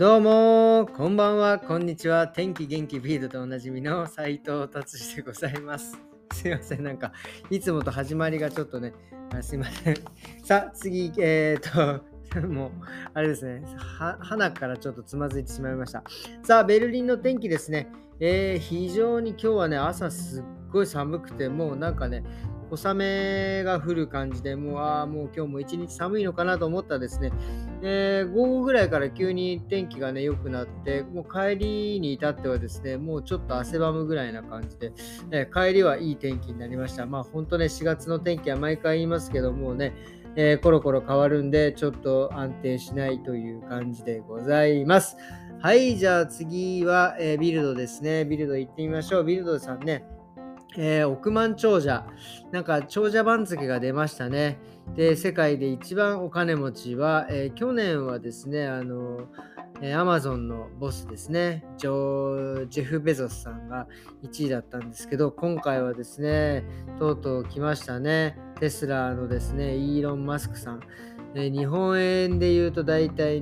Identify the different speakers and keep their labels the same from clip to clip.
Speaker 1: どうもこんばんは、こんにちは。天気元気ビートとおなじみの斉藤達治でございます。すいません、いつもと始まりがちょっとね、すいません。さあ、次、もう、あれですね、花からちょっとつまずいてしまいました。さあ、ベルリンの天気ですね。非常に今日はね、朝すっごい寒くて、もう小雨が降る感じで、もう今日も一日寒いのかなと思ったらですね、午後ぐらいから急に天気がね、良くなって、もう帰りに至ってはですね、もうちょっと汗ばむぐらいな感じで、帰りはいい天気になりました。本当ね、4月の天気は毎回言いますけどもね、コロコロ変わるんで、ちょっと安定しないという感じでございます。はい、じゃあ次は、ビルドですね。ビルド行ってみましょう。ビルドさんね、億万長者。長者番付が出ましたね。で、世界で一番お金持ちは、去年はですね、アマゾンのボスですね、ジェフ・ベゾスさんが1位だったんですけど、今回はですね、とうとう来ましたね。テスラのですね、イーロン・マスクさん。日本円で言うとだいたい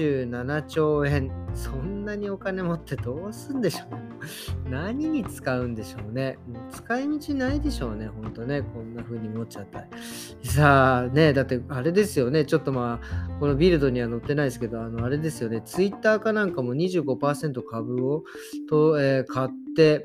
Speaker 1: 27兆円。そんなにお金持ってどうすんでしょうね。何に使うんでしょうね。もう使い道ないでしょうね、ほんとね。こんな風に持っちゃったら。さあ、ね、だってあれですよね、ちょっとこのビルドには載ってないですけど、あれですよね、ツイッターかなんかも25%株を買って、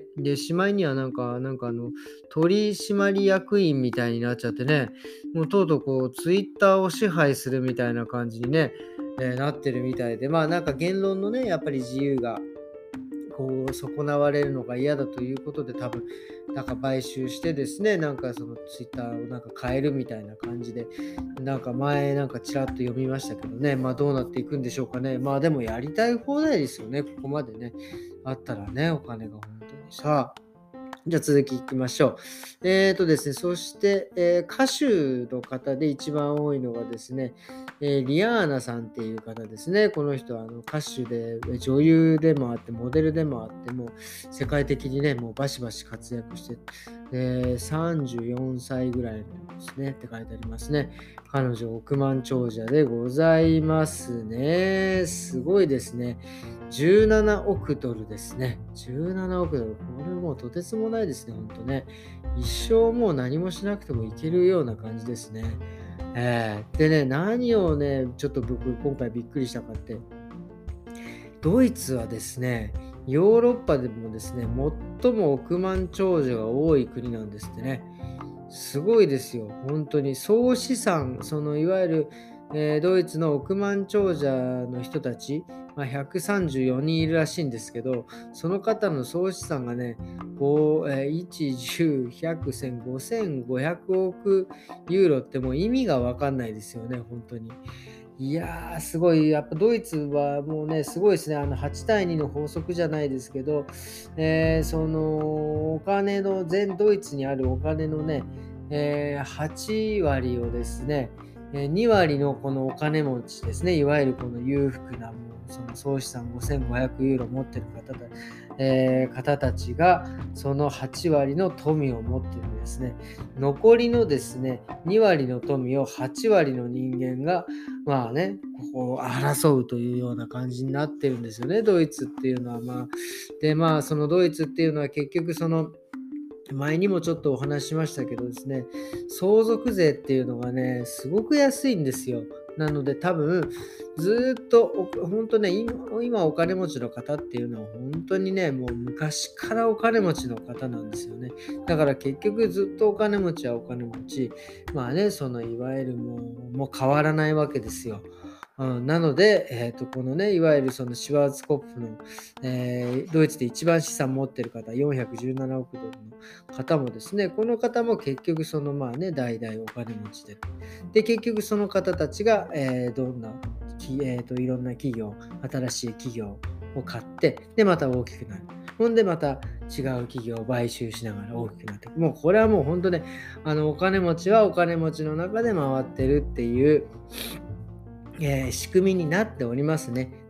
Speaker 1: で、しまいには取締役員みたいになっちゃってね、もうとうとうこうツイッターを支配するみたいな感じにね、なってるみたいで、言論のね、やっぱり自由が損なわれるのが嫌だということで、多分買収してですね、そのツイッターを変えるみたいな感じで、前ちらっと読みましたけどね、どうなっていくんでしょうかね。でもやりたい放題ですよね、ここまでねあったらね、お金が本当に。さあ、じゃあ続きいきましょう。ですね、そして、歌手の方で一番多いのがですね、リアーナさんっていう方ですね。この人は歌手で、女優でもあって、モデルでもあって、もう世界的にね、もうバシバシ活躍して、34歳ぐらいのですねって書いてありますね。彼女億万長者でございますね。すごいですね。17億ドルですね。17億ドル。これもうとてつもないですね、ほんとね。一生もう何もしなくてもいけるような感じですね。でね、何をね、ちょっと僕今回びっくりしたかって、ドイツはですね、ヨーロッパでもですね、最も億万長者が多い国なんですってね。すごいですよ、本当に。総資産、いわゆる、ドイツの億万長者の人たち、134人いるらしいんですけど、その方の総資産がね、1、10、100、1000、5500億ユーロってもう意味がわかんないですよね、本当に。いやー、すごい。やっぱドイツはもうね、すごいですね。8対2の法則じゃないですけど、そのお金の、全ドイツにあるお金のね、8割をですね、2割のこのお金持ちですね、いわゆるこの裕福な、もうその総資産5500ユーロ持ってる方たちが、その8割の富を持っているんですね。残りのですね、2割の富を8割の人間が、こう争うというような感じになってるんですよね、ドイツっていうのは。そのドイツっていうのは結局前にもちょっとお話ししましたけどですね、相続税っていうのがね、すごく安いんですよ。なので多分、ずっと本当ね、今お金持ちの方っていうのは本当にね、もう昔からお金持ちの方なんですよね。だから結局ずっとお金持ちはお金持ち、いわゆるもう変わらないわけですよ。なので、このね、いわゆるそのシュワーツコップの、ドイツで一番資産持ってる方、417億ドルの方もですね、この方も結局代々お金持ちで、結局その方たちが、どんな、いろんな企業、新しい企業を買って、で、また大きくなる。ほんでまた違う企業を買収しながら大きくなっていく。もうこれはもう本当ね、お金持ちはお金持ちの中で回ってるっていう仕組みになっておりますね。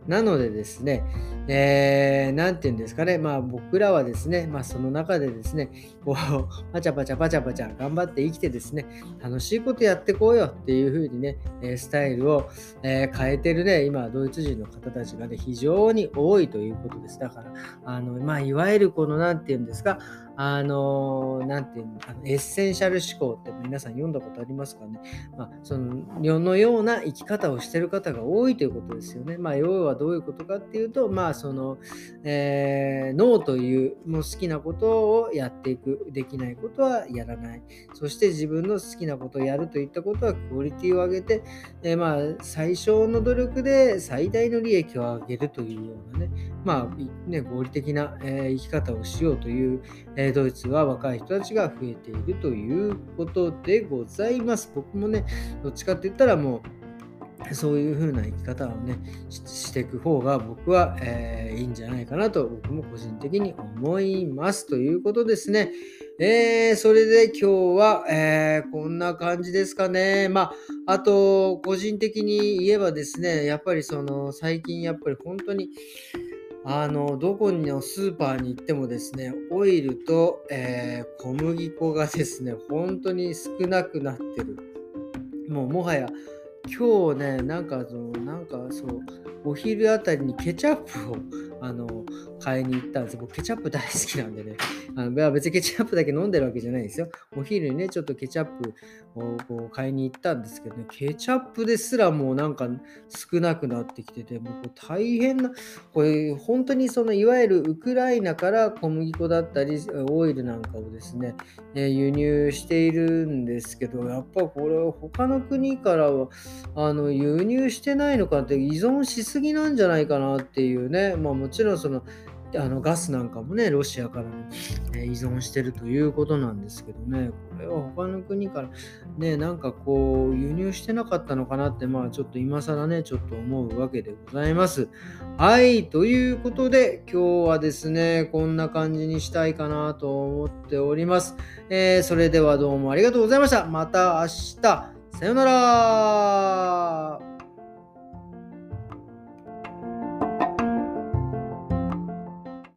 Speaker 1: なのでですね、なんていうんですかね、僕らはですね、その中でですね、こう、パチャパチャパチャパチャ頑張って生きてですね、楽しいことやってこうよっていう風にね、スタイルを、変えてるね、今、ドイツ人の方たちがね、非常に多いということです。だから、いわゆるこの、なんていうんですか、なんていうの、エッセンシャル思考って皆さん読んだことありますかね。その世のような生き方をしている方が多いということですよね。要はどういうことかっていうと、ノーというもう好きなことをやっていく、できないことはやらない。そして自分の好きなことをやるといったことはクオリティを上げて、最小の努力で最大の利益を上げるというようなね、合理的な、生き方をしようという、ドイツは若い人たちが増えているということでございます。僕もね、どっちかって言ったらもう、そういう風な生き方をね、していく方が僕は、いいんじゃないかなと僕も個人的に思いますということですね。それで今日は、こんな感じですかね。あと個人的に言えばですね、やっぱり最近やっぱり本当にどこのスーパーに行ってもですね、オイルと、小麦粉がですね、本当に少なくなってる。もうもはや今日ね、お昼あたりにケチャップを、あの、買いに行ったんですよ。僕ケチャップ大好きなんでね。別にケチャップだけ飲んでるわけじゃないですよ。お昼にね、ちょっとケチャップをこう買いに行ったんですけどね、ケチャップですらもう少なくなってきてて、もうこれ大変な、これ本当にいわゆるウクライナから小麦粉だったり、オイルなんかをですね、輸入しているんですけど、やっぱこれ他の国からは輸入してないのかって依存しすぎなんじゃないかなっていうね。もちろんガスなんかもね、ロシアからの、依存してるということなんですけどね、これは他の国からね、輸入してなかったのかなって、ちょっと今更ね、ちょっと思うわけでございます。はい、ということで、今日はですね、こんな感じにしたいかなと思っております。それではどうもありがとうございました。また明日。さようなら。